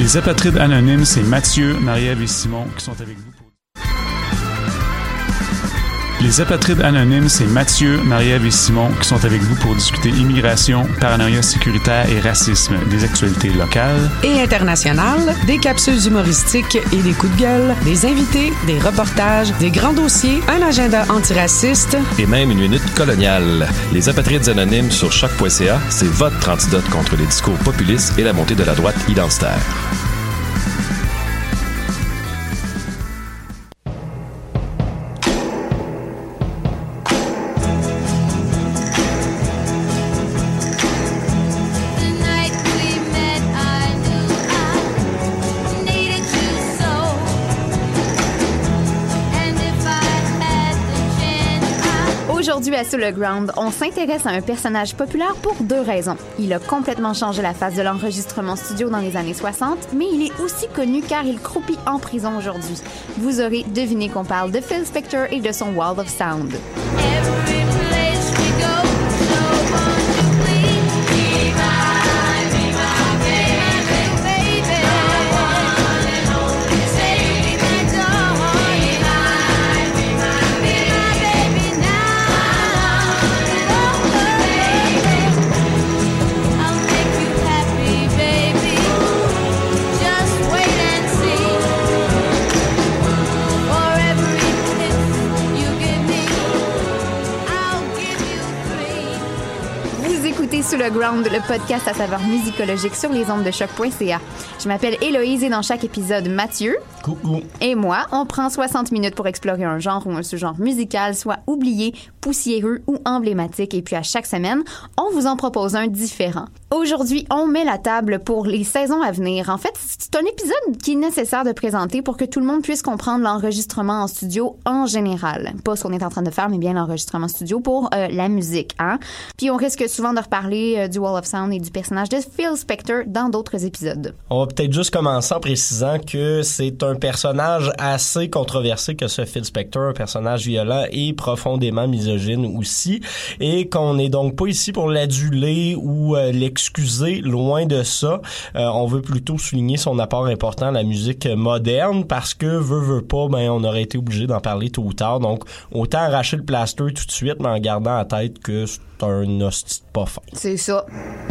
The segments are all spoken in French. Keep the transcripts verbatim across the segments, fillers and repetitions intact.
Les apatrides anonymes, c'est Mathieu, Marie-Ève et Simon qui sont avec vous. Pour... Les apatrides anonymes, c'est Mathieu, Marie-Ève et Simon qui sont avec vous pour discuter immigration, paranoïa sécuritaire et racisme, des actualités locales et internationales, des capsules humoristiques et des coups de gueule, des invités, des reportages, des grands dossiers, un agenda antiraciste et même une minute coloniale. Les apatrides anonymes sur choc point c a, c'est votre antidote contre les discours populistes et la montée de la droite identitaire. Aujourd'hui à Sur le Ground, on s'intéresse à un personnage populaire pour deux raisons. Il a complètement changé la face de l'enregistrement studio dans les années soixante, mais il est aussi connu car il croupit en prison aujourd'hui. Vous aurez deviné qu'on parle de Phil Spector et de son Wall of Sound. Sous le Ground, le podcast à saveur musicologique sur les ondes de choc point c a. Je m'appelle Héloïse et dans chaque épisode, Mathieu Coucou. et moi, on prend soixante minutes pour explorer un genre ou un sous-genre musical, soit oublié, poussiéreux ou emblématique. Et puis à chaque semaine, on vous en propose un différent. Aujourd'hui, on met la table pour les saisons à venir. En fait, c'est un épisode qui est nécessaire de présenter pour que tout le monde puisse comprendre l'enregistrement en studio en général. Pas ce qu'on est en train de faire, mais bien l'enregistrement studio pour euh, la musique. Hein? Puis on risque souvent de reparler euh, du Wall of Sound et du personnage de Phil Spector dans d'autres épisodes. On va peut-être juste commencer en précisant que c'est un personnage assez controversé que ce Phil Spector, un personnage violent et profondément misogyne aussi, et qu'on n'est donc pas ici pour l'aduler ou euh, l'excuser, loin de ça. Euh, on veut plutôt souligner son apport important à la musique moderne parce que, veut, veut pas, ben on aurait été obligé d'en parler tôt ou tard. Donc, autant arracher le plaster tout de suite, mais en gardant en tête que c'est un hostie de pas fin. C'est ça.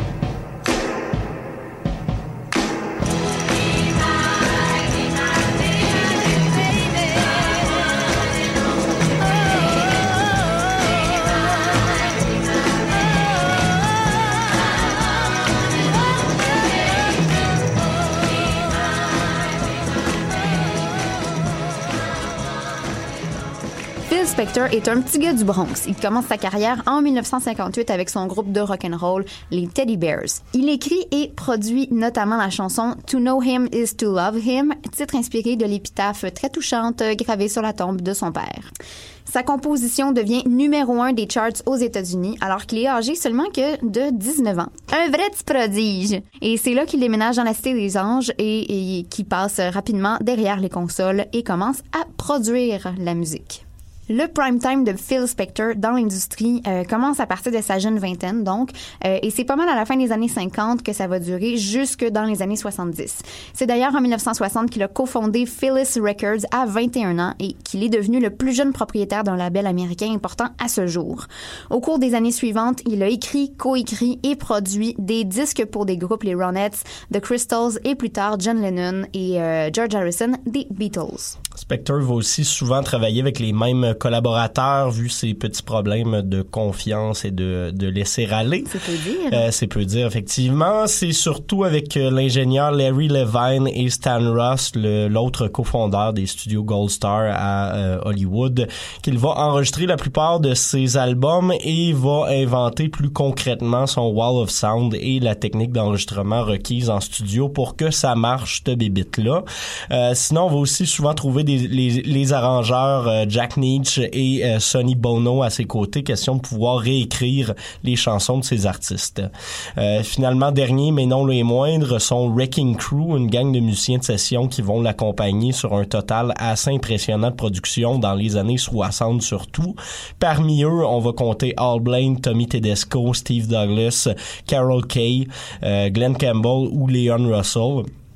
Phil Spector est un petit gars du Bronx. Il commence sa carrière en dix-neuf cent cinquante-huit avec son groupe de rock'n'roll, les Teddy Bears. Il écrit et produit notamment la chanson « To Know Him is to Love Him », titre inspiré de l'épitaphe très touchante gravée sur la tombe de son père. Sa composition devient numéro un des charts aux États-Unis alors qu'il est âgé seulement que de dix-neuf ans. Un vrai petit prodige! Et c'est là qu'il déménage dans la Cité des Anges et, et qui passe rapidement derrière les consoles et commence à produire la musique. Le prime time de Phil Spector dans l'industrie euh, commence à partir de sa jeune vingtaine, donc, euh, et c'est pas mal à la fin des années cinquante que ça va durer jusque dans les années soixante-dix. C'est d'ailleurs en dix-neuf cent soixante qu'il a cofondé Phyllis Records à vingt et un ans et qu'il est devenu le plus jeune propriétaire d'un label américain important à ce jour. Au cours des années suivantes, il a écrit, coécrit et produit des disques pour des groupes, les Ronettes, The Crystals et plus tard John Lennon et euh, George Harrison des Beatles. Spector va aussi souvent travailler avec les mêmes collaborateurs vu ses petits problèmes de confiance et de, de laisser aller. C'est peu dire. Euh, c'est peu dire, effectivement. C'est surtout avec euh, l'ingénieur Larry Levine et Stan Ross, le, l'autre cofondeur des studios Gold Star à euh, Hollywood, qu'il va enregistrer la plupart de ses albums et va inventer plus concrètement son Wall of Sound et la technique d'enregistrement requise en studio pour que ça marche, cette bébite-là. Euh, sinon, on va aussi souvent trouver des, les, les arrangeurs euh, Jack Nitzsche et euh, Sonny Bono à ses côtés, question de pouvoir réécrire les chansons de ces artistes. Euh, finalement, dernier mais non les moindres, sont Wrecking Crew, une gang de musiciens de session qui vont l'accompagner sur un total assez impressionnant de production dans les années soixante surtout. Parmi eux, on va compter Al Blaine, Tommy Tedesco, Steve Douglas, Carol Kaye, euh, Glenn Campbell ou Leon Russell.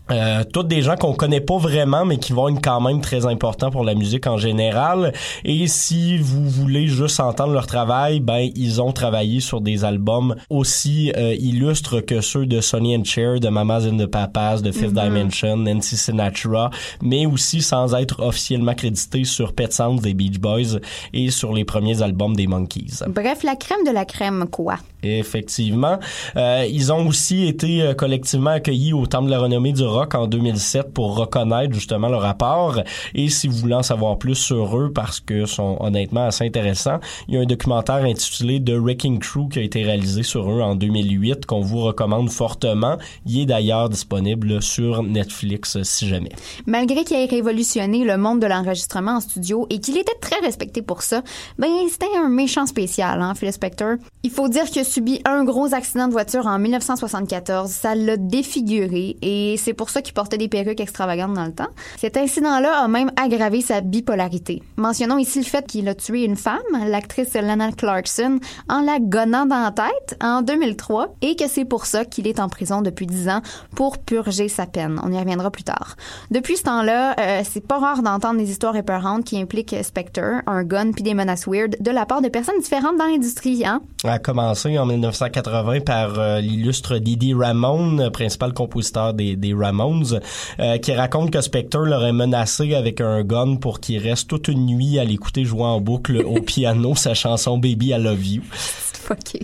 Euh, toutes des gens qu'on connaît pas vraiment, mais qui vont être quand même très importants pour la musique en général. Et si vous voulez juste entendre leur travail, ben ils ont travaillé sur des albums aussi euh, illustres que ceux de Sonny and Cher, de Mamas and the Papas, de Fifth mm-hmm. Dimension, Nancy Sinatra, mais aussi sans être officiellement crédités sur Pet Sounds des Beach Boys et sur les premiers albums des Monkees. Bref, la crème de la crème, quoi. Effectivement. Euh, ils ont aussi été euh, collectivement accueillis au Temple de la renommée du rock en deux mille sept pour reconnaître justement leur rapport. Et si vous voulez en savoir plus sur eux, parce que sont honnêtement assez intéressants, il y a un documentaire intitulé The Wrecking Crew qui a été réalisé sur eux en deux mille huit qu'on vous recommande fortement. Il est d'ailleurs disponible sur Netflix si jamais. Malgré qu'il ait révolutionné le monde de l'enregistrement en studio et qu'il était très respecté pour ça, ben c'était un méchant spécial, hein, Phil Spector. Il faut dire qu'il a subi un gros accident de voiture en dix-neuf cent soixante-quatorze. Ça l'a défiguré et c'est pour ça qu'il portait des perruques extravagantes dans le temps. Cet incident-là a même aggravé sa bipolarité. Mentionnons ici le fait qu'il a tué une femme, l'actrice Lana Clarkson, en la gonnant dans la tête en deux mille trois et que c'est pour ça qu'il est en prison depuis dix ans pour purger sa peine. On y reviendra plus tard. Depuis ce temps-là, euh, c'est pas rare d'entendre des histoires épeurantes qui impliquent Spector, un gun puis des menaces weird de la part de personnes différentes dans l'industrie, hein? A commencé en dix-neuf cent quatre-vingts par euh, l'illustre Dee Ramone, principal compositeur des, des Ramones, euh, qui raconte que Spector l'aurait menacé avec un gun pour qu'il reste toute une nuit à l'écouter jouer en boucle au piano sa chanson Baby I Love You. Okay.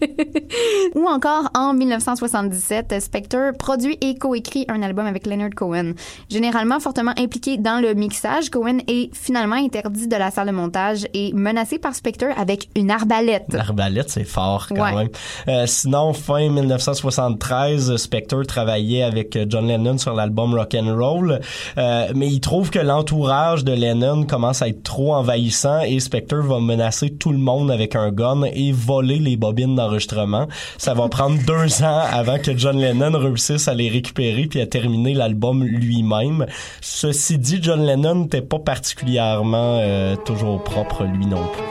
Ou encore, en dix-neuf cent soixante-dix-sept, Spector produit et coécrit un album avec Leonard Cohen. Généralement fortement impliqué dans le mixage, Cohen est finalement interdit de la salle de montage et menacé par Spector avec une arbalète. L'arbalète, c'est fort quand ouais. même. Euh, sinon, fin dix-neuf cent soixante-treize, Spector travaillait avec John Lennon sur l'album Rock'n'Roll, euh, mais il trouve que l'entourage de Lennon commence à être trop envahissant et Spector va menacer tout le monde avec un gun et voler les bobines d'enregistrement. Ça va prendre deux ans avant que John Lennon réussisse à les récupérer puis à terminer l'album lui-même. Ceci dit, John Lennon n'était pas particulièrement euh, toujours propre lui non plus.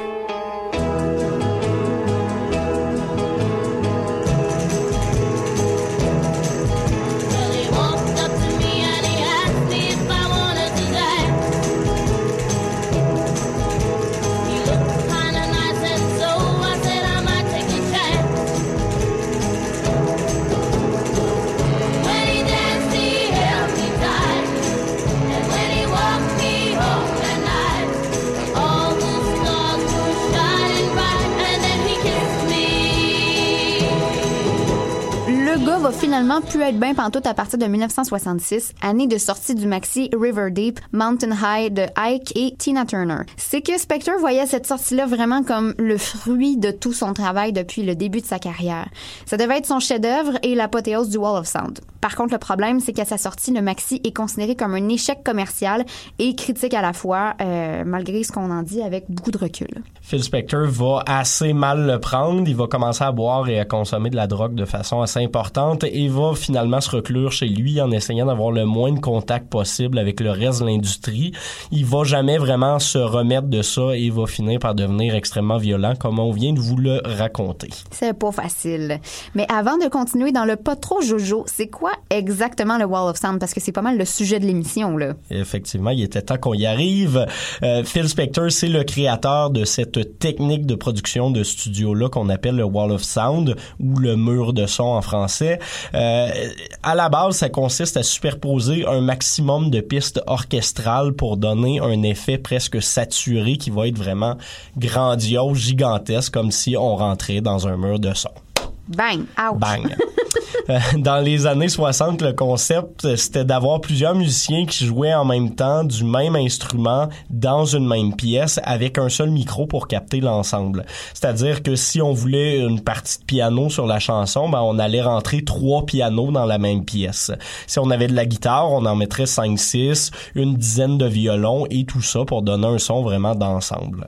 Va finalement plus être bien pantoute à partir de dix-neuf cent soixante-six, année de sortie du maxi River Deep, Mountain High de Ike et Tina Turner. C'est que Spector voyait cette sortie-là vraiment comme le fruit de tout son travail depuis le début de sa carrière. Ça devait être son chef-d'œuvre et l'apothéose du Wall of Sound. Par contre, le problème, c'est qu'à sa sortie, le maxi est considéré comme un échec commercial et critique à la fois, euh, malgré ce qu'on en dit avec beaucoup de recul. Phil Spector va assez mal le prendre. Il va commencer à boire et à consommer de la drogue de façon assez importante et va finalement se reclure chez lui en essayant d'avoir le moins de contact possible avec le reste de l'industrie. Il va jamais vraiment se remettre de ça et va finir par devenir extrêmement violent, comme on vient de vous le raconter. C'est pas facile. Mais avant de continuer dans le pas trop jojo, c'est quoi exactement le Wall of Sound? Parce que c'est pas mal le sujet de l'émission, là. Effectivement, il était temps qu'on y arrive. Euh, Phil Spector, c'est le créateur de cette technique de production de studio-là qu'on appelle le Wall of Sound ou le mur de son en français. Euh, à la base, ça consiste à superposer un maximum de pistes orchestrales pour donner un effet presque saturé qui va être vraiment grandiose, gigantesque, comme si on rentrait dans un mur de son. Bang! Ouch! Bang! Dans les années soixante, le concept, c'était d'avoir plusieurs musiciens qui jouaient en même temps du même instrument dans une même pièce avec un seul micro pour capter l'ensemble. C'est-à-dire que si on voulait une partie de piano sur la chanson, ben on allait rentrer trois pianos dans la même pièce. Si on avait de la guitare, on en mettrait cinq six, une dizaine de violons et tout ça pour donner un son vraiment d'ensemble.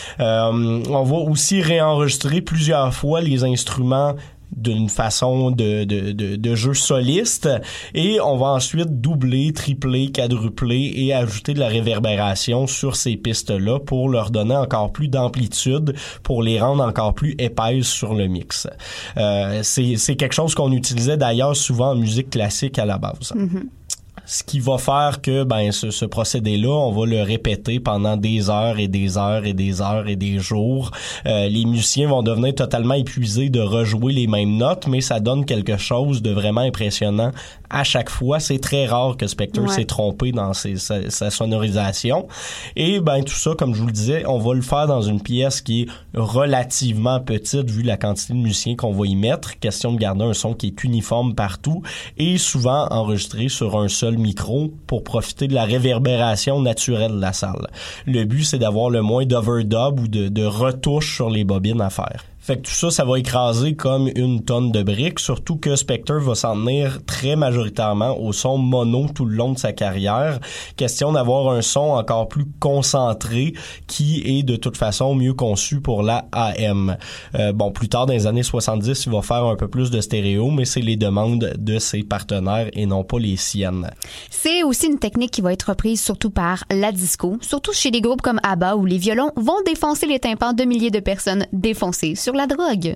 Euh, on va aussi réenregistrer plusieurs fois les instruments d'une façon de, de, de, de jeu soliste et on va ensuite doubler, tripler, quadrupler et ajouter de la réverbération sur ces pistes-là pour leur donner encore plus d'amplitude, pour les rendre encore plus épaisses sur le mix. Euh, c'est, c'est quelque chose qu'on utilisait d'ailleurs souvent en musique classique à la base. Mm-hmm. Ce qui va faire que ben ce, ce procédé-là, on va le répéter pendant des heures et des heures et des heures et des jours. Euh, les musiciens vont devenir totalement épuisés de rejouer les mêmes notes, mais ça donne quelque chose de vraiment impressionnant à chaque fois. C'est très rare que Spector ouais. s'est trompé dans ses, sa, sa sonorisation. Et ben tout ça, comme je vous le disais, on va le faire dans une pièce qui est relativement petite vu la quantité de musiciens qu'on va y mettre. Question de garder un son qui est uniforme partout et souvent enregistré sur un seul micro pour profiter de la réverbération naturelle de la salle. Le but, c'est d'avoir le moins d'overdub ou de, de retouches sur les bobines à faire. Fait que tout ça, ça va écraser comme une tonne de briques, surtout que Spector va s'en tenir très majoritairement au son mono tout le long de sa carrière. Question d'avoir un son encore plus concentré qui est de toute façon mieux conçu pour la A M. Euh, bon, plus tard dans les années soixante-dix, il va faire un peu plus de stéréo, mais c'est les demandes de ses partenaires et non pas les siennes. C'est aussi une technique qui va être reprise surtout par la disco, surtout chez des groupes comme ABBA où les violons vont défoncer les tympans de milliers de personnes défoncées sur la drogue.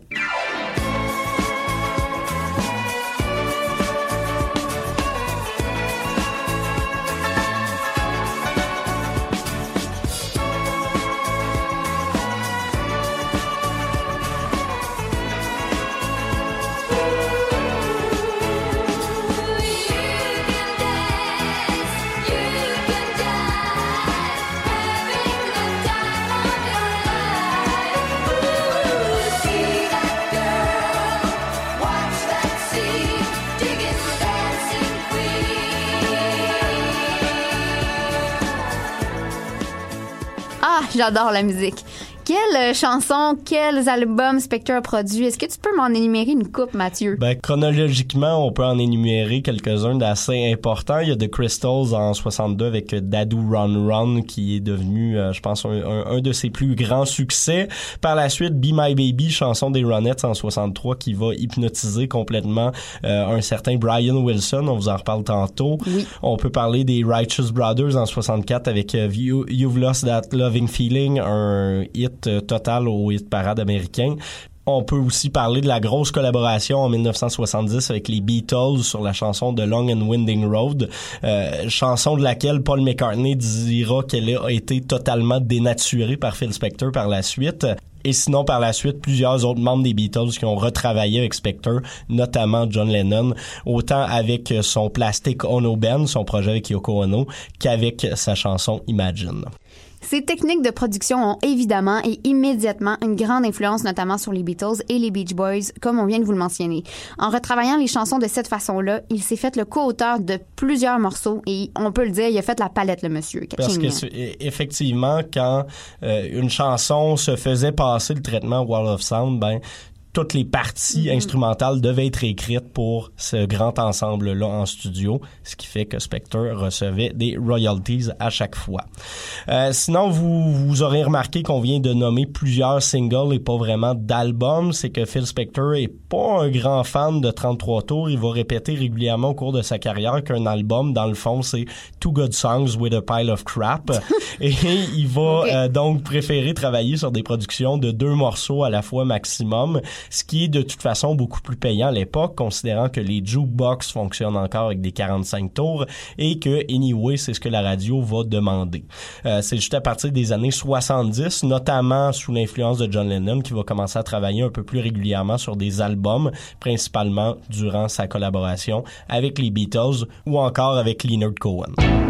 Ah, j'adore la musique. Quelles chansons, quels albums Spector a produits? Est-ce que tu peux m'en énumérer une coupe, Mathieu? Ben, chronologiquement, on peut en énumérer quelques-uns d'assez importants. Il y a The Crystals en soixante-deux avec Dadu Run Run qui est devenu, euh, je pense, un, un, un de ses plus grands succès. Par la suite, Be My Baby, chanson des Ronettes en soixante-trois qui va hypnotiser complètement euh, un certain Brian Wilson. On vous en reparle tantôt. Oui. On peut parler des Righteous Brothers en soixante-quatre avec euh, you, You've Lost That Loving Feeling, un hit total au hit parade américain. On peut aussi parler de la grosse collaboration en dix-neuf cent soixante-dix avec les Beatles sur la chanson de Long and Winding Road, euh, chanson de laquelle Paul McCartney dira qu'elle a été totalement dénaturée par Phil Spector par la suite. Et sinon, par la suite, plusieurs autres membres des Beatles qui ont retravaillé avec Spector, notamment John Lennon, autant avec son Plastic Ono Band, son projet avec Yoko Ono, qu'avec sa chanson Imagine. Ces techniques de production ont évidemment et immédiatement une grande influence notamment sur les Beatles et les Beach Boys, comme on vient de vous le mentionner. En retravaillant les chansons de cette façon-là, il s'est fait le co-auteur de plusieurs morceaux et on peut le dire, il a fait la palette, le monsieur. Parce que effectivement, quand euh, une chanson se faisait passer le traitement Wall of Sound, ben toutes les parties mm-hmm. instrumentales devaient être écrites pour ce grand ensemble-là en studio, ce qui fait que Spector recevait des royalties à chaque fois. Euh, sinon, vous, vous aurez remarqué qu'on vient de nommer plusieurs singles et pas vraiment d'albums. C'est que Phil Spector est pas un grand fan de trente-trois tours. Il va répéter régulièrement au cours de sa carrière qu'un album, dans le fond, c'est Two Good Songs with a Pile of Crap. Et il va okay. euh, donc préférer travailler sur des productions de deux morceaux à la fois maximum, ce qui est de toute façon beaucoup plus payant à l'époque, considérant que les jukebox fonctionnent encore avec des quarante-cinq tours et que, anyway, c'est ce que la radio va demander. Euh, c'est juste à partir des années soixante-dix, notamment sous l'influence de John Lennon, qui va commencer à travailler un peu plus régulièrement sur des albums, principalement durant sa collaboration avec les Beatles ou encore avec Leonard Cohen.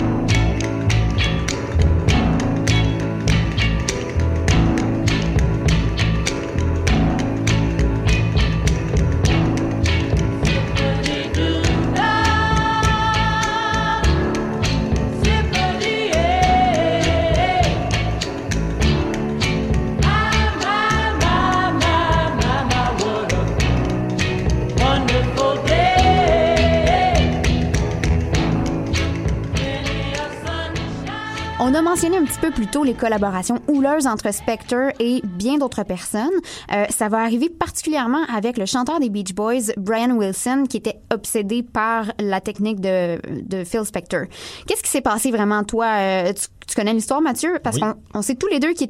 On a mentionné un petit peu plus tôt les collaborations houleuses entre Spector et bien d'autres personnes. Euh, ça va arriver particulièrement avec le chanteur des Beach Boys, Brian Wilson, qui était obsédé par la technique de, de Phil Spector. Qu'est-ce qui s'est passé vraiment, toi? Euh, tu, tu connais l'histoire, Mathieu? Parce oui. qu'on on sait tous les deux qu'il était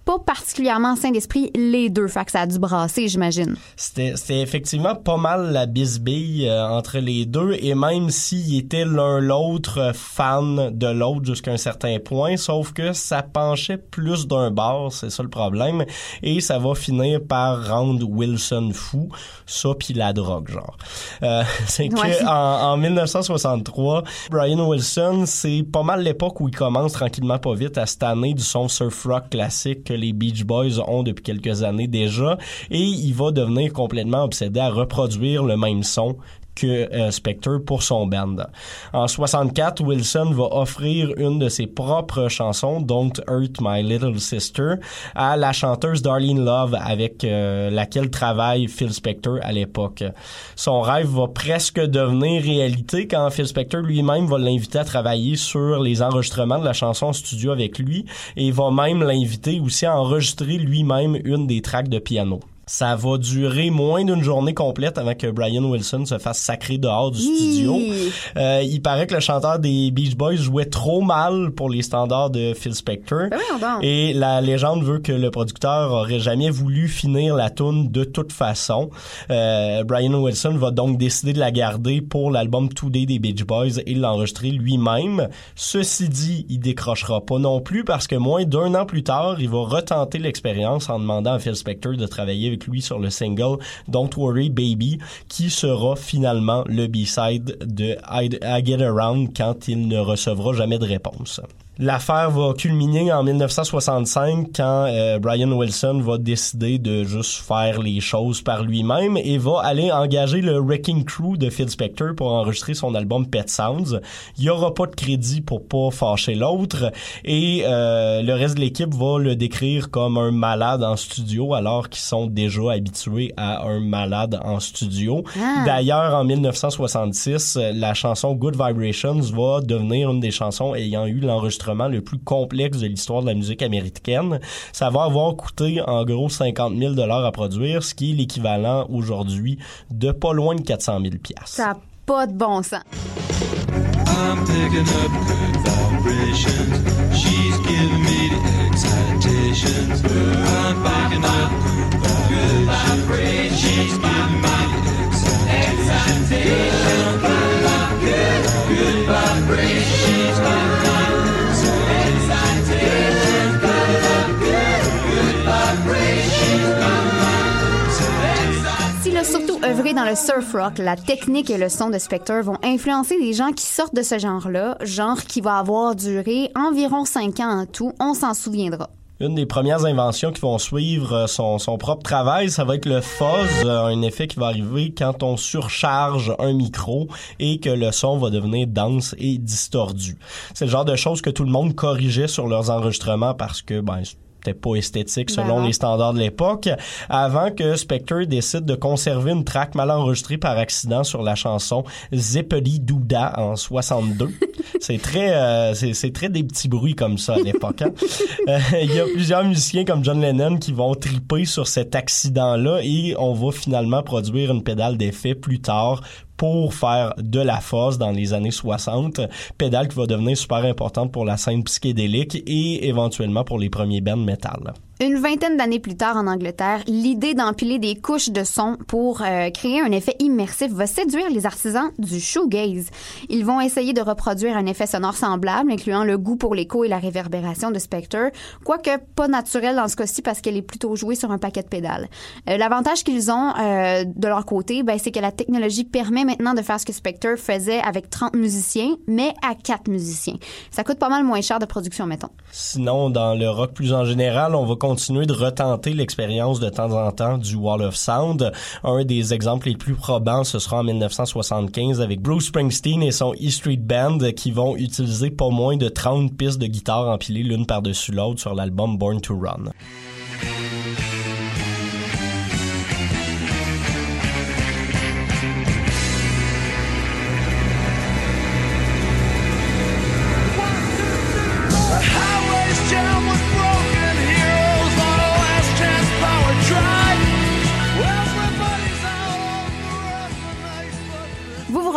pas particulièrement sain d'esprit les deux, fait que ça a dû brasser, j'imagine. C'était, c'était effectivement pas mal la bisbille euh, entre les deux, et même s'ils étaient l'un l'autre fan de l'autre jusqu'à un certain point, sauf que ça penchait plus d'un bord, c'est ça le problème, et ça va finir par rendre Wilson fou, ça pis la drogue, genre. Euh, c'est que ouais. en, en dix-neuf cent soixante-trois, Brian Wilson, c'est pas mal l'époque où il commence tranquillement pas vite à se tanner du son surf rock classique que les Beach Boys ont depuis quelques années déjà, et il va devenir complètement obsédé à reproduire le même son que euh, Spector pour son band. En soixante-quatre, Wilson va offrir une de ses propres chansons, Don't Hurt My Little Sister, à la chanteuse Darlene Love, avec euh, laquelle travaille Phil Spector à l'époque. Son rêve va presque devenir réalité quand Phil Spector lui-même va l'inviter à travailler sur les enregistrements de la chanson en studio avec lui, et va même l'inviter aussi à enregistrer lui-même une des tracks de piano. Ça va durer moins d'une journée complète avant que Brian Wilson se fasse sacrer dehors du studio. Euh, il paraît que le chanteur des Beach Boys jouait trop mal pour les standards de Phil Spector. Ben oui, et la légende veut que le producteur aurait jamais voulu finir la tune de toute façon. Euh, Brian Wilson va donc décider de la garder pour l'album Today des Beach Boys et l'enregistrer lui-même. Ceci dit, il décrochera pas non plus parce que moins d'un an plus tard, il va retenter l'expérience en demandant à Phil Spector de travailler avec lui sur le single Don't Worry Baby, qui sera finalement le B-side de I, I Get Around quand il ne recevra jamais de réponse. L'affaire va culminer en dix-neuf cent soixante-cinq quand euh, Brian Wilson va décider de juste faire les choses par lui-même et va aller engager le Wrecking Crew de Phil Spector pour enregistrer son album Pet Sounds. Il y aura pas de crédit pour pas fâcher l'autre et euh, le reste de l'équipe va le décrire comme un malade en studio alors qu'ils sont déjà habitués à un malade en studio. Ah. D'ailleurs, en dix-neuf cent soixante-six, la chanson Good Vibrations va devenir une des chansons ayant eu l'enregistrement le plus complexe de l'histoire de la musique américaine. Ça va avoir coûté en gros cinquante mille dollars à produire, ce qui est l'équivalent aujourd'hui de pas loin de quatre cent mille dollars. Ça n'a pas de bon sens. I'm picking up good vibrations. She's giving me the excitations. I'm picking up good vibrations. She's giving me the excitations. Good, good vibrations. She's giving me S'il a surtout œuvré dans le surf rock, la technique et le son de Spector vont influencer des gens qui sortent de ce genre-là, genre qui va avoir duré environ cinq ans en tout, on s'en souviendra. Une des premières inventions qui vont suivre son, son propre travail, ça va être le fuzz, un effet qui va arriver quand on surcharge un micro et que le son va devenir dense et distordu. C'est le genre de choses que tout le monde corrigeait sur leurs enregistrements parce que, ben, c'était pas esthétique selon ben les standards de l'époque, avant que Spector décide de conserver une track mal enregistrée par accident sur la chanson Zippity Doodah en soixante-deux. C'est très, euh, c'est, c'est très des petits bruits comme ça à l'époque. Hein? Euh, il y a plusieurs musiciens comme John Lennon qui vont triper sur cet accident-là et on va finalement produire une pédale d'effet plus tard pour faire de la fuzz dans les années soixante, pédale qui va devenir super importante pour la scène psychédélique et éventuellement pour les premiers bands metal. Une vingtaine d'années plus tard en Angleterre, l'idée d'empiler des couches de son pour euh, créer un effet immersif va séduire les artisans du shoegaze. Ils vont essayer de reproduire un effet sonore semblable, incluant le goût pour l'écho et la réverbération de Spector, quoique pas naturel dans ce cas-ci parce qu'elle est plutôt jouée sur un paquet de pédales. Euh, l'avantage qu'ils ont euh, de leur côté, ben, c'est que la technologie permet maintenant de faire ce que Spector faisait avec trente musiciens, mais à quatre musiciens. Ça coûte pas mal moins cher de production, mettons. Sinon, dans le rock plus en général, on va continuer de retenter l'expérience de temps en temps du Wall of Sound. Un des exemples les plus probants, ce sera en dix-neuf cent soixante-quinze avec Bruce Springsteen et son E Street Band qui vont utiliser pas moins de trente pistes de guitare empilées l'une par-dessus l'autre sur l'album Born to Run.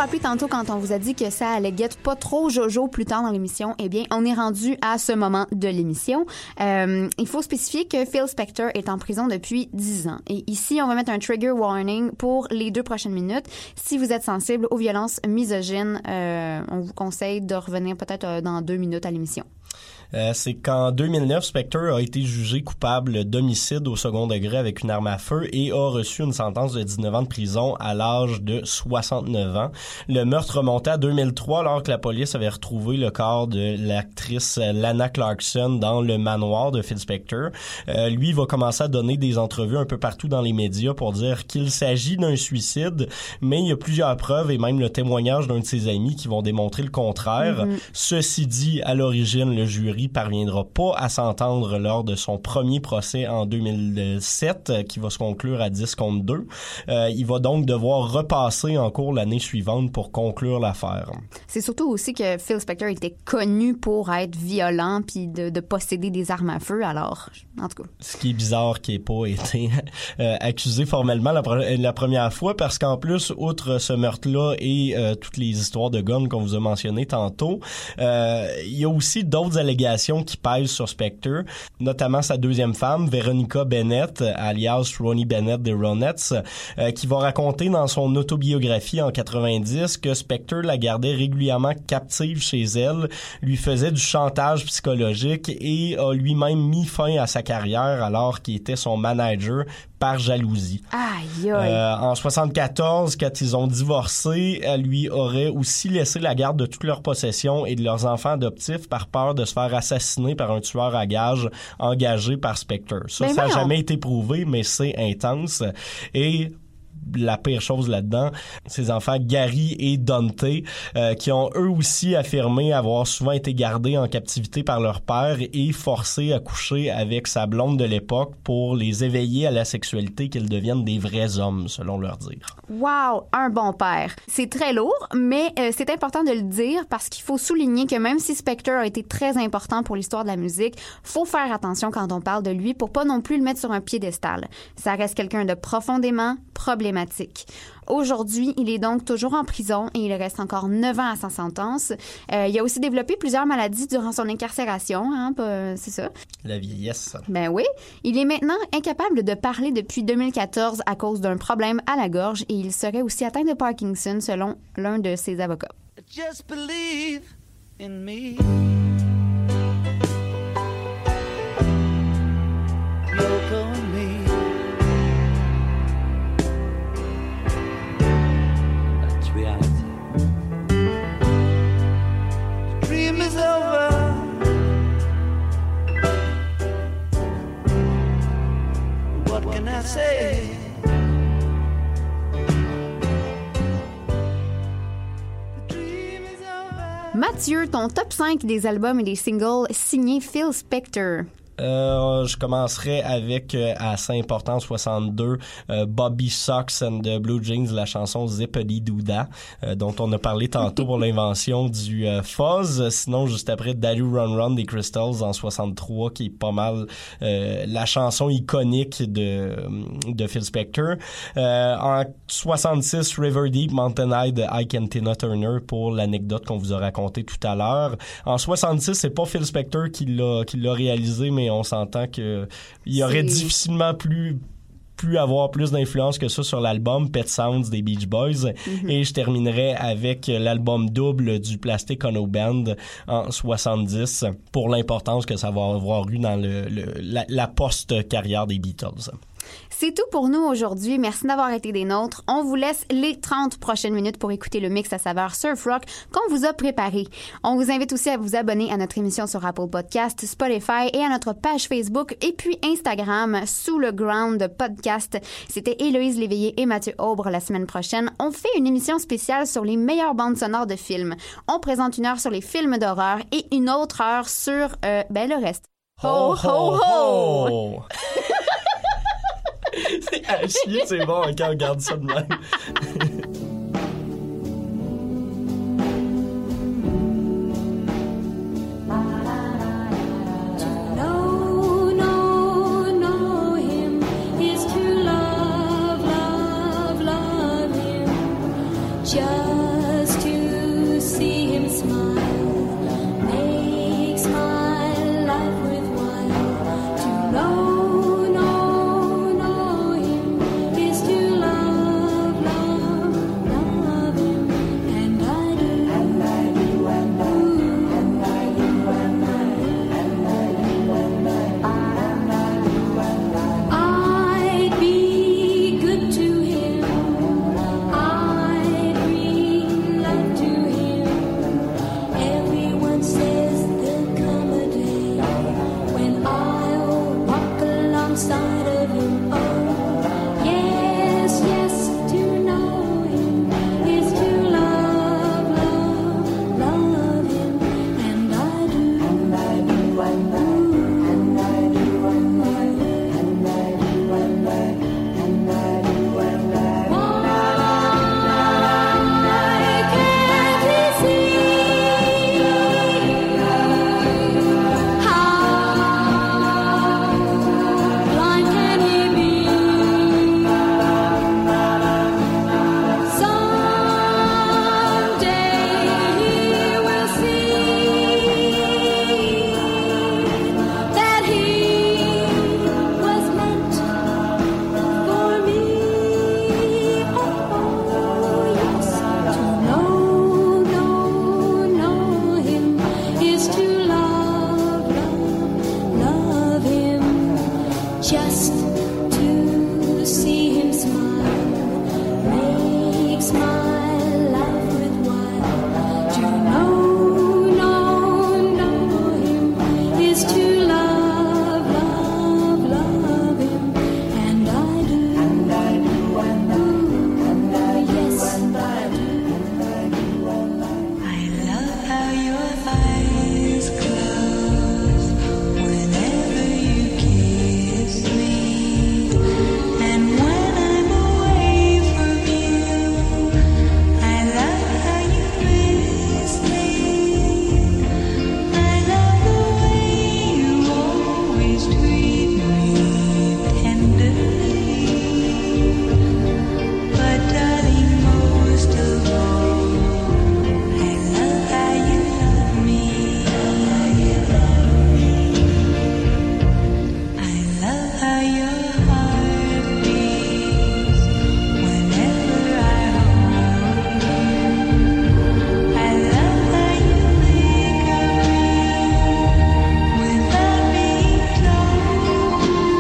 rappelé tantôt quand on vous a dit que ça allait guette pas trop Jojo plus tard dans l'émission. Eh bien, on est rendu à ce moment de l'émission. Euh, il faut spécifier que Phil Spector est en prison depuis dix ans. Et ici, on va mettre un trigger warning pour les deux prochaines minutes. Si vous êtes sensible aux violences misogynes, euh, on vous conseille de revenir peut-être euh, dans deux minutes à l'émission. Euh, c'est qu'en deux mille neuf, Spector a été jugé coupable d'homicide au second degré avec une arme à feu et a reçu une sentence de dix-neuf ans de prison à l'âge de soixante-neuf ans. Le meurtre remontait à deux mille trois alors que la police avait retrouvé le corps de l'actrice Lana Clarkson dans le manoir de Phil Spector. Euh, lui va commencer à donner des entrevues un peu partout dans les médias pour dire qu'il s'agit d'un suicide, mais il y a plusieurs preuves et même le témoignage d'un de ses amis qui vont démontrer le contraire. Mm-hmm. Ceci dit, à l'origine, le jury parviendra pas à s'entendre lors de son premier procès en deux mille sept, qui va se conclure à dix contre deux. Euh, il va donc devoir repasser en cours l'année suivante pour conclure l'affaire. C'est surtout aussi que Phil Spector était connu pour être violent puis de, de posséder des armes à feu, alors, en tout cas. Ce qui est bizarre qu'il n'ait pas été euh, accusé formellement la, la première fois, parce qu'en plus, outre ce meurtre-là et euh, toutes les histoires de guns qu'on vous a mentionnées tantôt, euh, il y a aussi d'autres allégations qui pèsent sur Spector, notamment sa deuxième femme, Veronica Bennett, alias Ronnie Bennett des Ronettes, euh, qui va raconter dans son autobiographie en quatre-vingt-dix que Spector la gardait régulièrement captive chez elle, lui faisait du chantage psychologique et a lui-même mis fin à sa carrière alors qu'il était son manager par jalousie. Aïe, aïe. Euh, en soixante-quatorze, quand ils ont divorcé, elle lui aurait aussi laissé la garde de toutes leurs possessions et de leurs enfants adoptifs par peur de se faire assassiner par un tueur à gages engagé par Spector. Ça, ben ça n'a voyons. jamais été prouvé, mais c'est intense. Et la pire chose là-dedans, ses enfants Gary et Dante, euh, qui ont eux aussi affirmé avoir souvent été gardés en captivité par leur père et forcés à coucher avec sa blonde de l'époque pour les éveiller à la sexualité, qu'ils deviennent des vrais hommes, selon leur dire. Wow, un bon père. C'est très lourd, mais euh, c'est important de le dire parce qu'il faut souligner que même si Spector a été très important pour l'histoire de la musique, faut faire attention quand on parle de lui pour pas non plus le mettre sur un piédestal. Ça reste quelqu'un de profondément problématique. Aujourd'hui, il est donc toujours en prison et il reste encore neuf ans à sa sentence. Euh, il a aussi développé plusieurs maladies durant son incarcération, hein, c'est ça? La vieillesse. Ben oui. Il est maintenant incapable de parler depuis deux mille quatorze à cause d'un problème à la gorge et il serait aussi atteint de Parkinson selon l'un de ses avocats. Just believe in me. Look on me. That's reality. The dream is over. What can I say? Mathieu, ton top cinq des albums et des singles signés Phil Spector. Euh, je commencerai avec, euh, à Saint-Important soixante-deux, euh, Bobby Sox and the Blue Jeans, la chanson Zippity Doodah, euh, dont on a parlé tantôt pour l'invention du euh, fuzz. Sinon, juste après, Daddy Run Run des Crystals en soixante-trois, qui est pas mal euh, la chanson iconique de, de Phil Spector. Euh, en soixante-six, River Deep, Mountain High de Ike and Tina Turner pour l'anecdote qu'on vous a racontée tout à l'heure. En soixante-six, c'est pas Phil Spector qui l'a, qui l'a réalisé, mais on s'entend que il aurait c'est... difficilement plus pu avoir plus d'influence que ça sur l'album Pet Sounds des Beach Boys. Mm-hmm. Et je terminerai avec l'album double du Plastic Ono Band en soixante-dix pour l'importance que ça va avoir eu dans le, le la, la post-carrière des Beatles. C'est tout pour nous aujourd'hui. Merci d'avoir été des nôtres. On vous laisse les trente prochaines minutes pour écouter le mix à saveur surf rock qu'on vous a préparé. On vous invite aussi à vous abonner à notre émission sur Apple Podcast, Spotify et à notre page Facebook et puis Instagram sous le Ground Podcast. C'était Héloïse Léveillé et Mathieu Aubre la semaine prochaine. On fait une émission spéciale sur les meilleures bandes sonores de films. On présente une heure sur les films d'horreur et une autre heure sur euh, ben le reste. Ho ho ho! ho! C'est à chier, c'est bon, quand on regarde ça de même. No, no, know him is to love, love, love him. Just outside of him. Oh, yes, yes, to know him is to love, love, love him, and I do, and I do, and I do, and I do, and I do, and I do, and I do, and I do, and I do. Why can't he see how blind can he be? Someday he will see that he was meant for me. Oh, yes, to know, know, know him is to love, love, love him. Just to see him smile makes my life worthwhile. To know, know, know him is to love, love, love him, and I do, and I do, and I do, and I do, yes, and I do, and I do, and I do. I love how your eyes close whenever you kiss me, and when I'm away from you, I love how you miss me. I love the way you always treat me tenderly, but darling, most of all, I love how you love me. I love how your heart beats whenever I hold you. I love how you think of me without being told.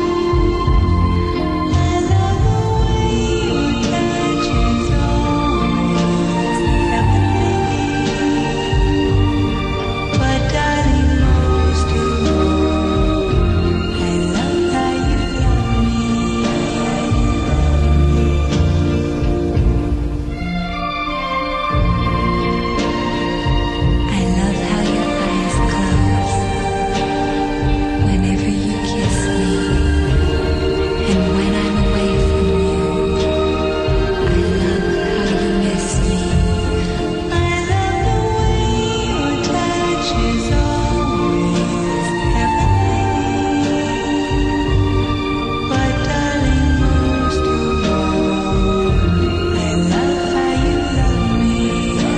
I love the way your touch is always heavenly, but darling, most of all, I love how you love me. I love how your eyes close whenever you kiss me, and when I'm away from you, I love how you miss me. I love the way your touch is always heavenly, but darling, most of all, I love how you love me.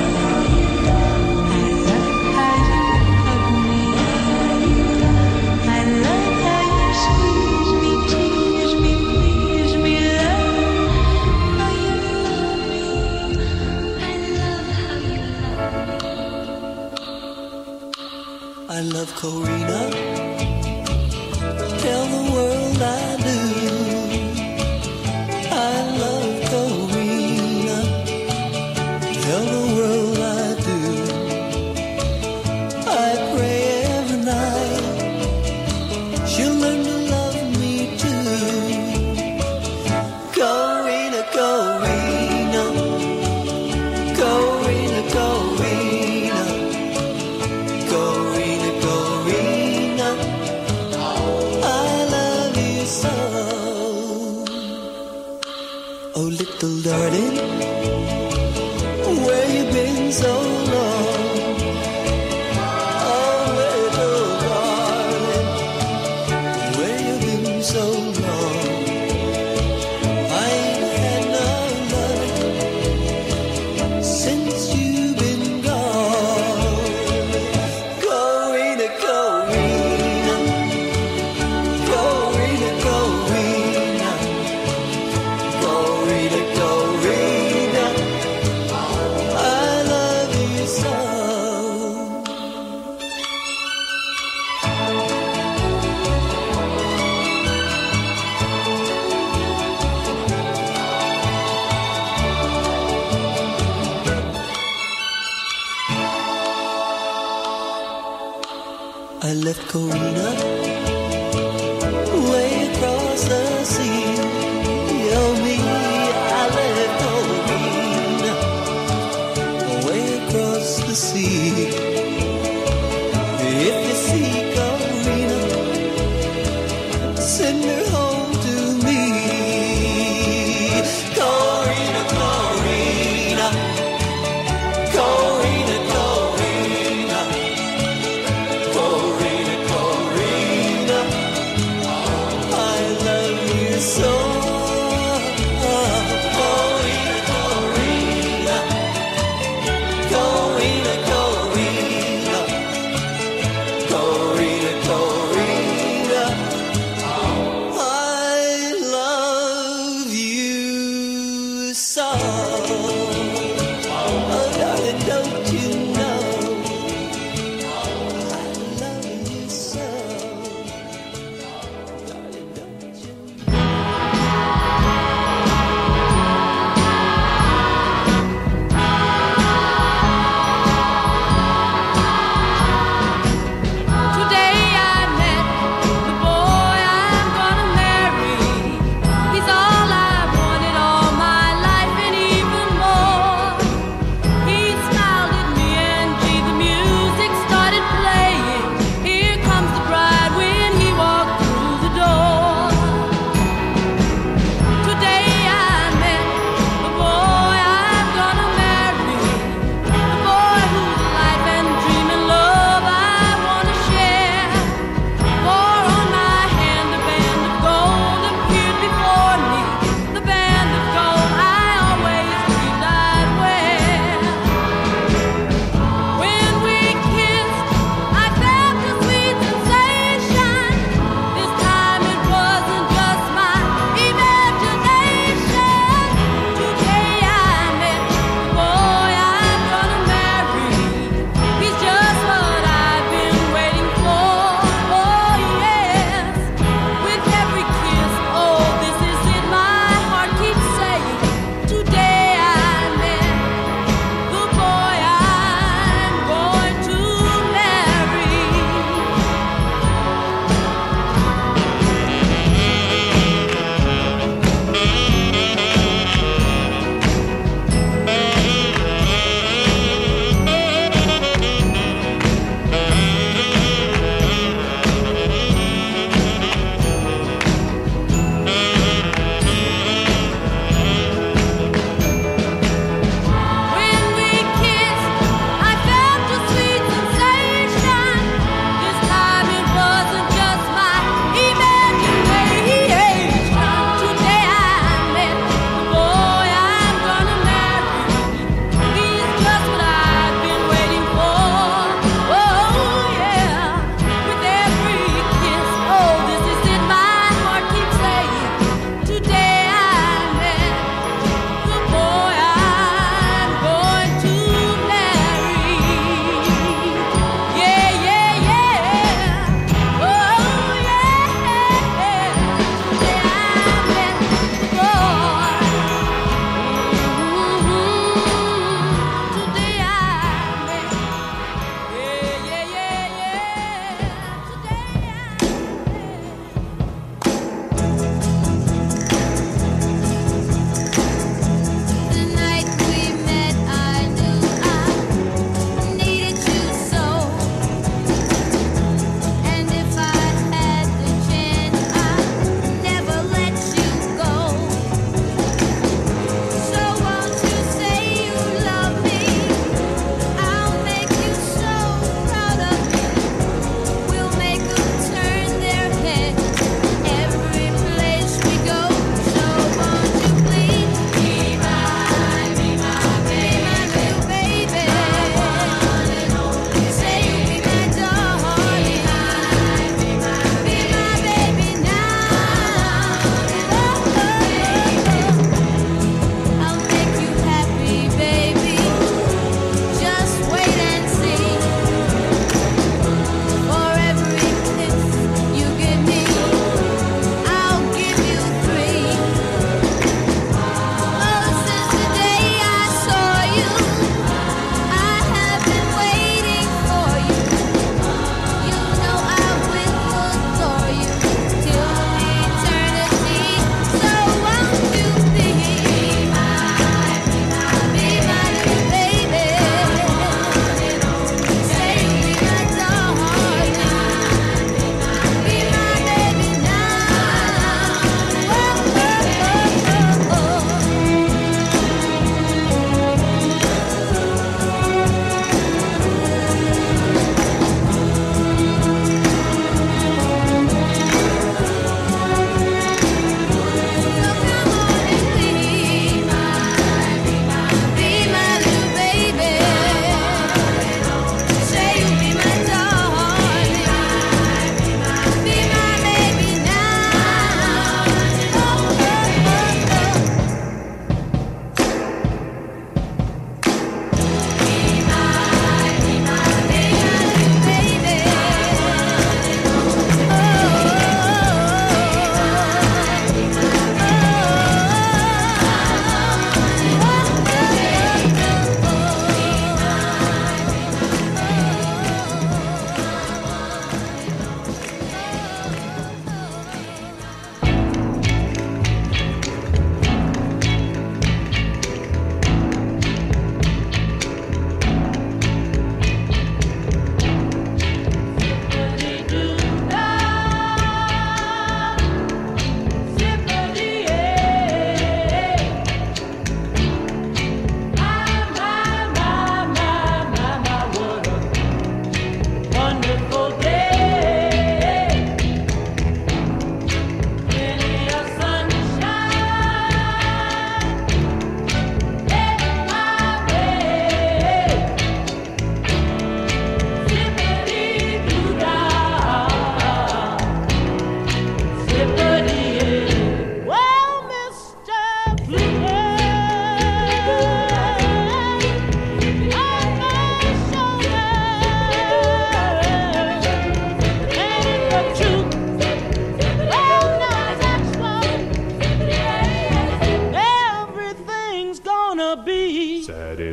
I love how you hug me. I love how you squeeze me, tease me, please me, love how you love me. I love how you love me. I love Corina. Tell the world I do. I love Corina. Tell the world I do. I pray every night she'll learn to love me too. Corina, Corina. Corina, Corina. Corina, Corina, I love you so. Oh, little darling, where you been so long? Oh, little darling, where you been so long? I ain't had no love since you've been gone. Corina, Corina, Corina, Corina, Corina, Corina, I love you so.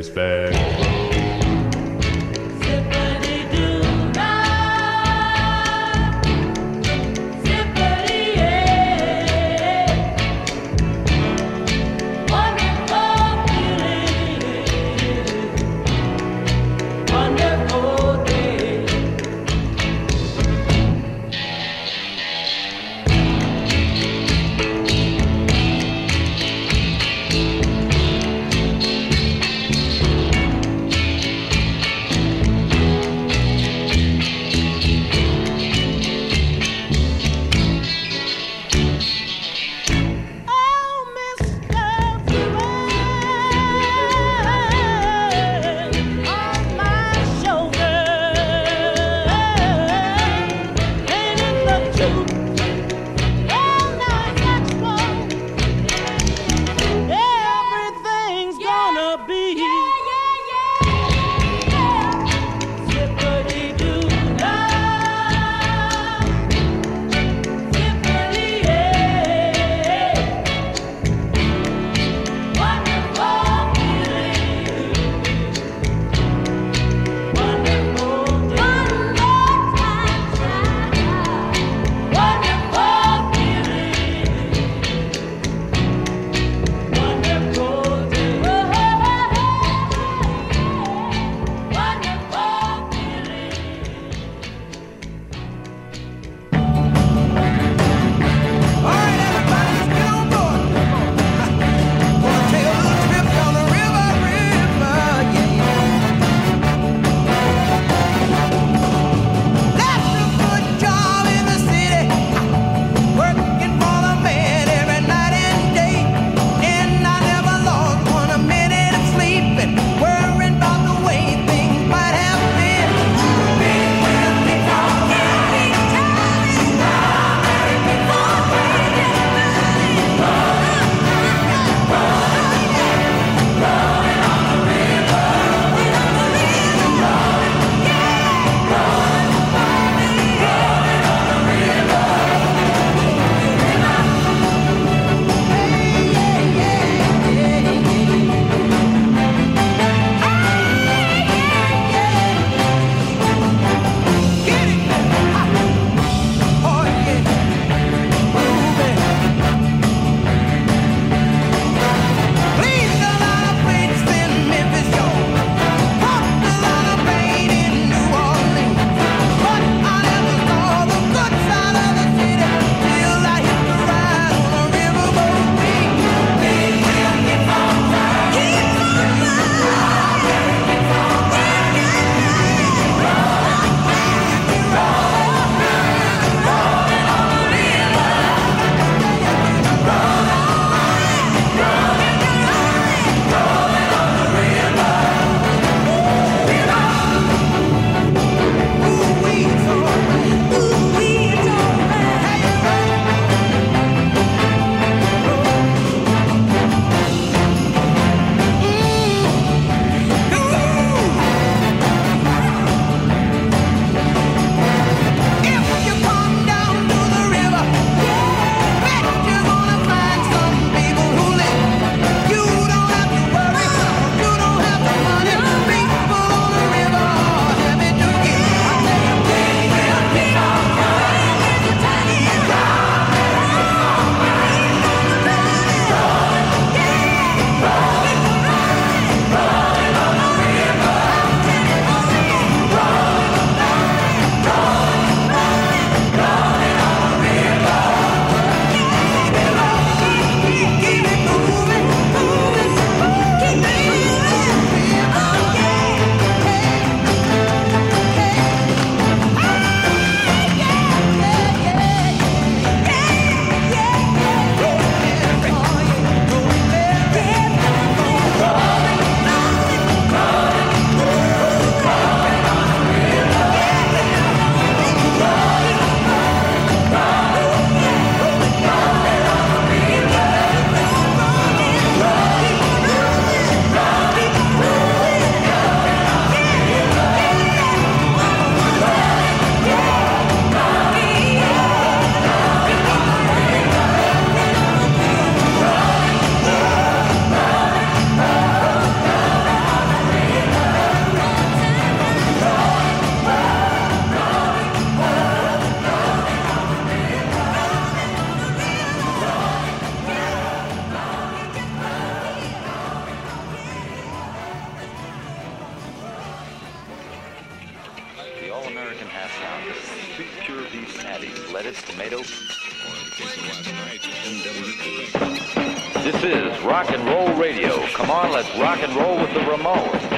respect. lettuce, tomato. This is Rock and Roll Radio. Come on, let's rock and roll with the Ramones.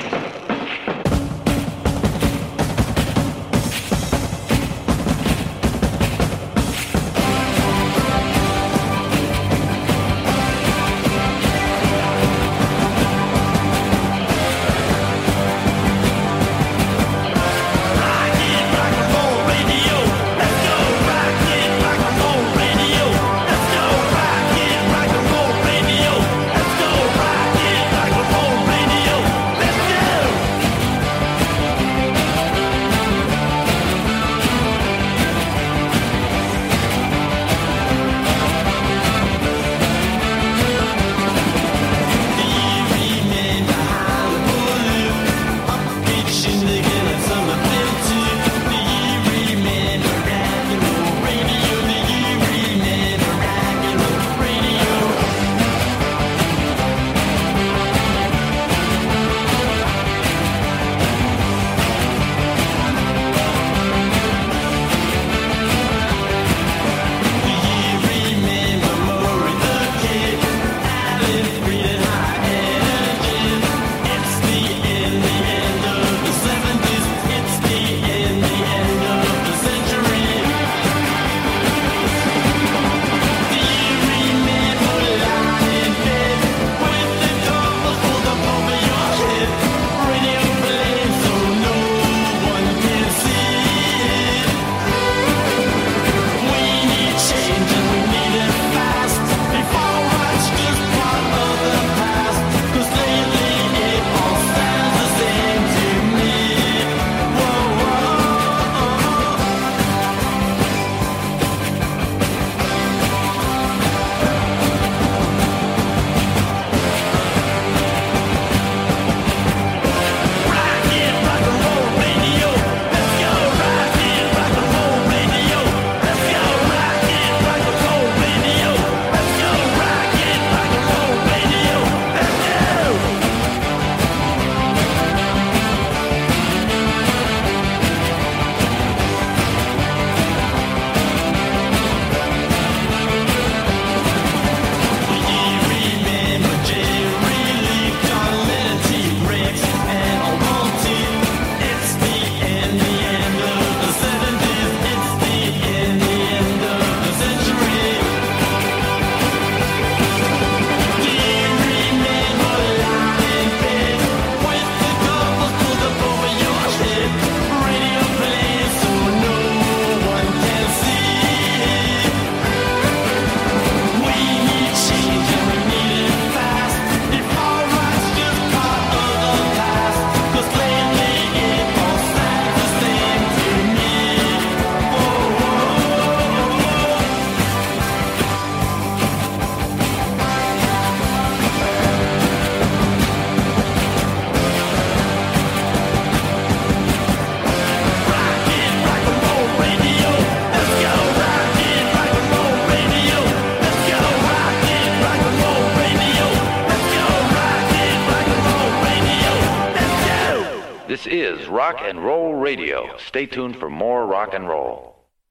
This is Rock and Roll Radio. Stay tuned for more rock and roll.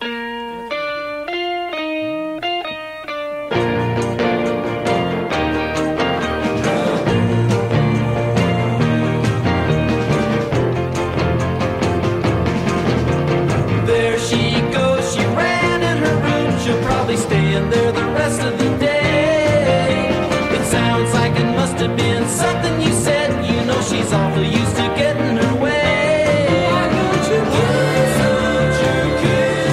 There she goes, she ran in her room. She'll probably stay in there the rest of the day. It sounds like it must have been something you said. You know she's awfully used to getting her way. Why don't you kiss? Why don't you kiss?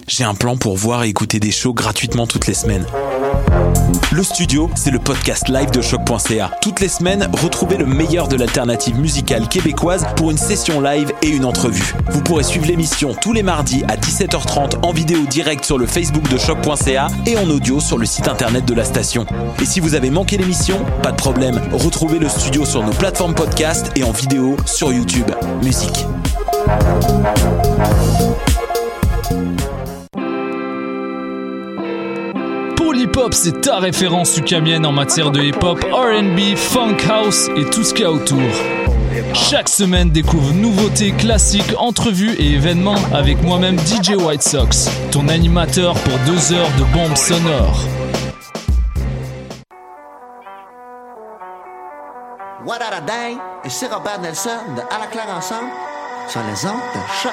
j'ai un plan pour voir et écouter des shows gratuitement toutes les semaines. Le Studio, c'est le podcast live de choc point c a. Toutes les semaines, retrouvez le meilleur de l'alternative musicale québécoise pour une session live et une entrevue. Vous pourrez suivre l'émission tous les mardis à dix-sept heures trente en vidéo direct sur le Facebook de choc point c a et en audio sur le site internet de la station. Et si vous avez manqué l'émission, pas de problème, retrouvez le Studio sur nos plateformes podcast et en vidéo sur YouTube. Musique. Polypop, c'est ta référence ukamienne en matière de hip-hop, R and B, funk house et tout ce qu'il y a autour. Chaque semaine, découvre nouveautés, classiques, entrevues et événements avec moi-même D J White Sox, ton animateur pour deux heures de bombes sonores. What a day, et c'est Robert Nelson de À la claire ensemble sur les ondes de choc.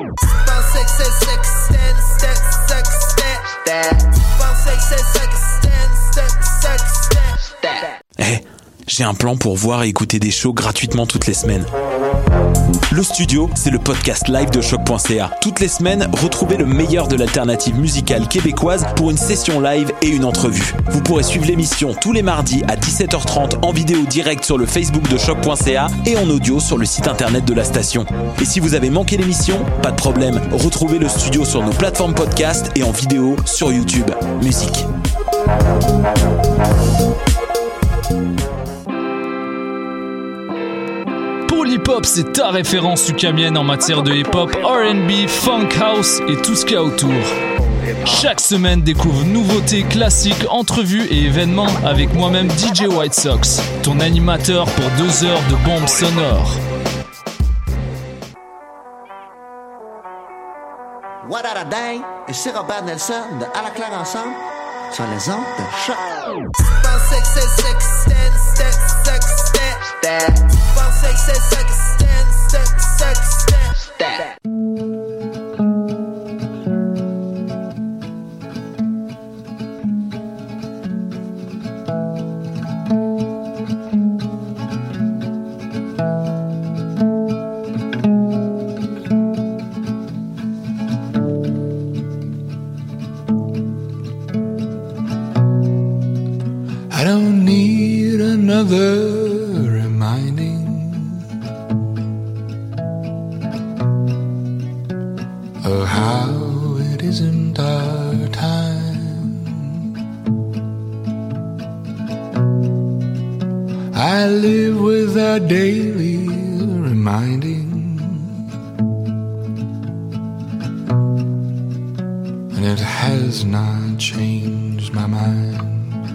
Hey, j'ai un plan pour voir et écouter des shows gratuitement toutes les semaines. Le Studio, c'est le podcast live de choc point c a. Toutes les semaines, retrouvez le meilleur de l'alternative musicale québécoise pour une session live et une entrevue. Vous pourrez suivre l'émission tous les mardis à dix-sept heures trente en vidéo direct sur le Facebook de choc point c a et en audio sur le site internet de la station. Et si vous avez manqué l'émission, pas de problème, retrouvez le Studio sur nos plateformes podcast et en vidéo sur YouTube. Musique. Polypop, c'est ta référence ukamienne en matière de hip-hop, R and B, funk house et tout ce qu'il y a autour. Chaque semaine, découvre nouveautés, classiques, entrevues et événements avec moi-même D J White Sox, ton animateur pour deux heures de bombes sonores. What a day, et c'est Robert Nelson de À la claire ensemble sur les ondes de choc. I don't need another reminding of how it isn't our time. I live with that daily reminding, and it has not changed my mind.